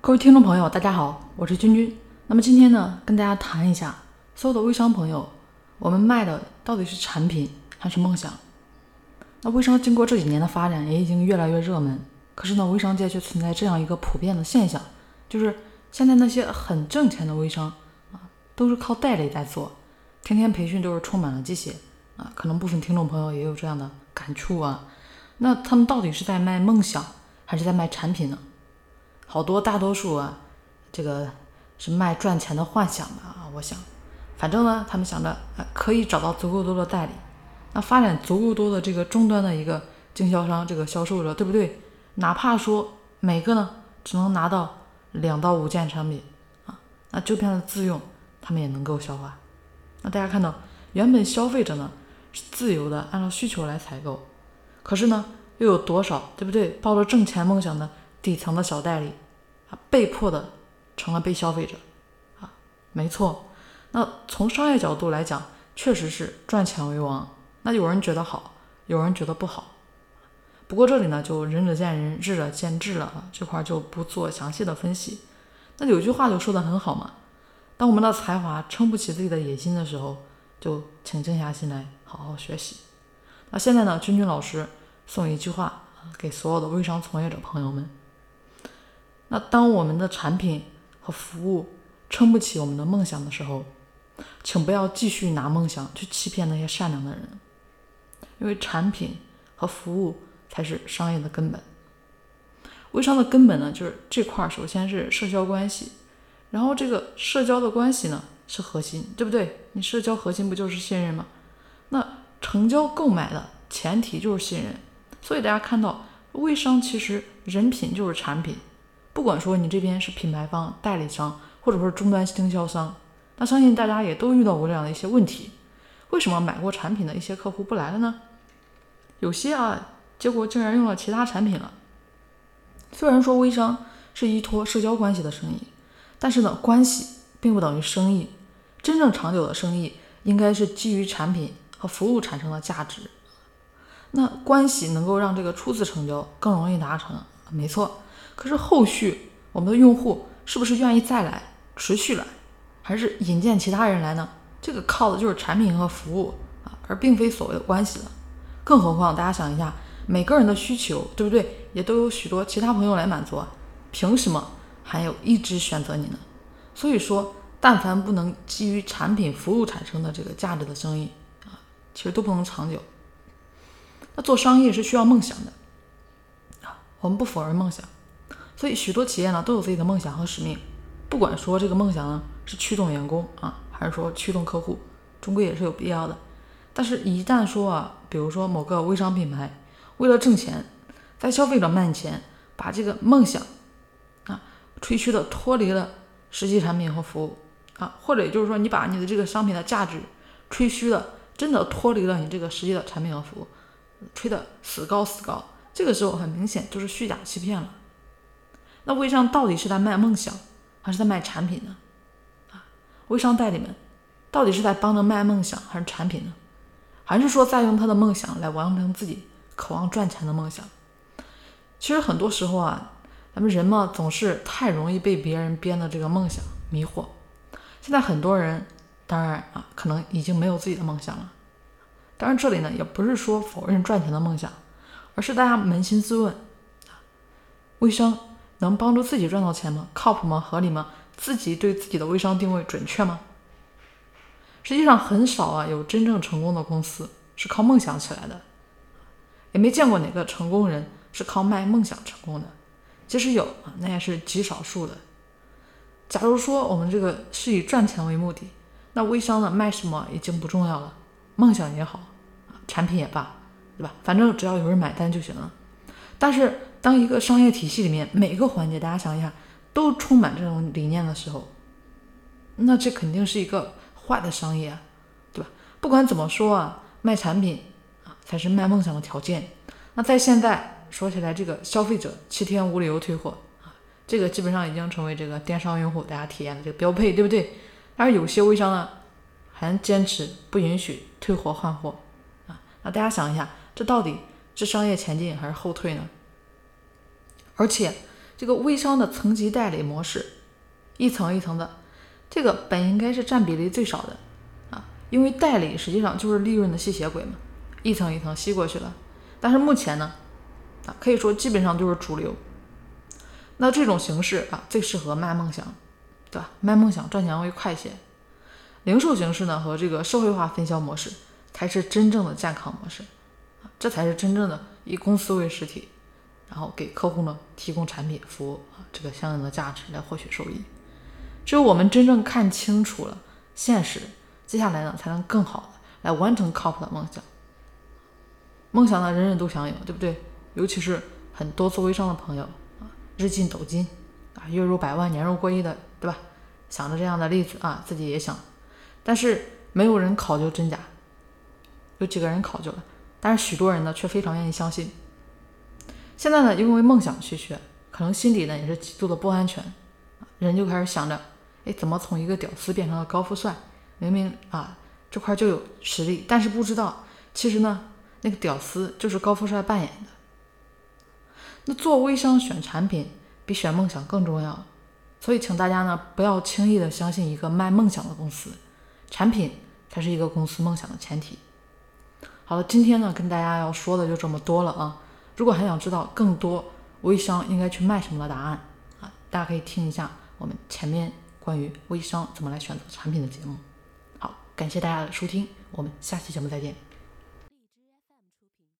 各位听众朋友，大家好，我是君君。那么今天呢，跟大家谈一下，所有的微商朋友，我们卖的到底是产品还是梦想？那微商经过这几年的发展，也已经越来越热门。可是呢，微商界却存在这样一个普遍的现象，就是现在那些很挣钱的微商都是靠代理在做，天天培训都是充满了鸡血可能部分听众朋友也有这样的感触那他们到底是在卖梦想，还是在卖产品呢？大多数这个是卖赚钱的幻想的我想，反正呢，他们想着可以找到足够多的代理，那发展足够多的这个终端的一个经销商，这个销售者，对不对？哪怕说每个呢只能拿到2到5件产品那这边的自用他们也能够消化。那大家看到，原本消费者呢是自由的按照需求来采购，可是呢又有多少，对不对？抱着挣钱梦想的底层的小代理被迫的成了被消费者没错。那从商业角度来讲，确实是赚钱为王。那有人觉得好，有人觉得不好。不过这里呢，就仁者见仁，智者见智了这块就不做详细的分析。那有句话就说得很好嘛，当我们的才华撑不起自己的野心的时候，就请静下心来好好学习。那现在呢，君君老师送一句话给所有的微商从业者朋友们，那当我们的产品和服务撑不起我们的梦想的时候，请不要继续拿梦想去欺骗那些善良的人，因为产品和服务才是商业的根本。微商的根本呢，就是这块首先是社交关系，然后这个社交的关系呢是核心，对不对？你社交核心不就是信任吗？那成交购买的前提就是信任，所以大家看到微商其实人品就是产品。不管说你这边是品牌方、代理商，或者说是终端经销商，那相信大家也都遇到过这样的一些问题。为什么买过产品的一些客户不来了呢？有些结果竟然用了其他产品了。虽然说微商是依托社交关系的生意，但是呢，关系并不等于生意。真正长久的生意应该是基于产品和服务产生的价值。那关系能够让这个初次成交更容易达成，没错。可是后续我们的用户是不是愿意再来，持续来，还是引荐其他人来呢？这个靠的就是产品和服务而并非所谓的关系了。更何况大家想一下，每个人的需求，对不对？也都有许多其他朋友来满足凭什么还有一直选择你呢？所以说，但凡不能基于产品服务产生的这个价值的生意其实都不能长久。那做商业是需要梦想的我们不否认梦想，所以许多企业呢都有自己的梦想和使命，不管说这个梦想呢是驱动员工还是说驱动客户，终归也是有必要的。但是一旦说比如说某个微商品牌为了挣钱，在消费者面前把这个梦想吹嘘的脱离了实际产品和服务或者也就是说你把你的这个商品的价值吹嘘的真的脱离了你这个实际的产品和服务，吹的死高，这个时候很明显就是虚假欺骗了。那微商到底是在卖梦想还是在卖产品呢？微商代理们到底是在帮着卖梦想还是产品呢？还是说在用他的梦想来完成自己渴望赚钱的梦想？其实很多时候咱们人嘛总是太容易被别人编的这个梦想迷惑。现在很多人当然可能已经没有自己的梦想了。当然这里呢也不是说否认赚钱的梦想，而是大家扪心自问，微商能帮助自己赚到钱吗？靠谱吗？合理吗？自己对自己的微商定位准确吗？实际上很少有真正成功的公司是靠梦想起来的，也没见过哪个成功人是靠卖梦想成功的。即使有那也是极少数的。假如说我们这个是以赚钱为目的，那微商呢卖什么已经不重要了，梦想也好产品也罢，对吧？反正只要有人买单就行了。但是当一个商业体系里面每个环节大家想一下都充满这种理念的时候，那这肯定是一个坏的商业对吧？不管怎么说卖产品才是卖梦想的条件。那在现在说起来，这个消费者7天无理由退货这个基本上已经成为这个电商用户大家体验的这个标配，对不对？但是有些微商呢还坚持不允许退货换货那大家想一下，这到底是商业前进还是后退呢？而且这个微商的层级代理模式，一层一层的，这个本应该是占比例最少的啊，因为代理实际上就是利润的吸血鬼嘛，一层一层吸过去了。但是目前呢，可以说基本上就是主流。那这种形式最适合卖梦想，对吧？卖梦想赚钱会快些。零售形式呢和这个社会化分销模式才是真正的健康模式，这才是真正的以公司为实体，然后给客户呢提供产品服务这个相应的价值来获取收益。只有我们真正看清楚了现实，接下来呢才能更好的来完成靠谱的梦想。梦想呢人人都想有，对不对？尤其是很多做微商的朋友日进斗金月入百万年入过亿的，对吧？想着这样的例子自己也想，但是没有人考究真假，有几个人考究了，但是许多人呢却非常愿意相信。现在呢因为梦想稀缺，可能心里呢也是极度的不安全，人就开始想着怎么从一个屌丝变成了高富帅，明明这块就有实力，但是不知道其实呢那个屌丝就是高富帅扮演的。那做微商选产品比选梦想更重要，所以请大家呢不要轻易的相信一个卖梦想的公司，产品才是一个公司梦想的前提。好了，今天呢跟大家要说的就这么多了如果还想知道更多微商应该去卖什么的答案大家可以听一下我们前面关于微商怎么来选择产品的节目。好，感谢大家的收听，我们下期节目再见。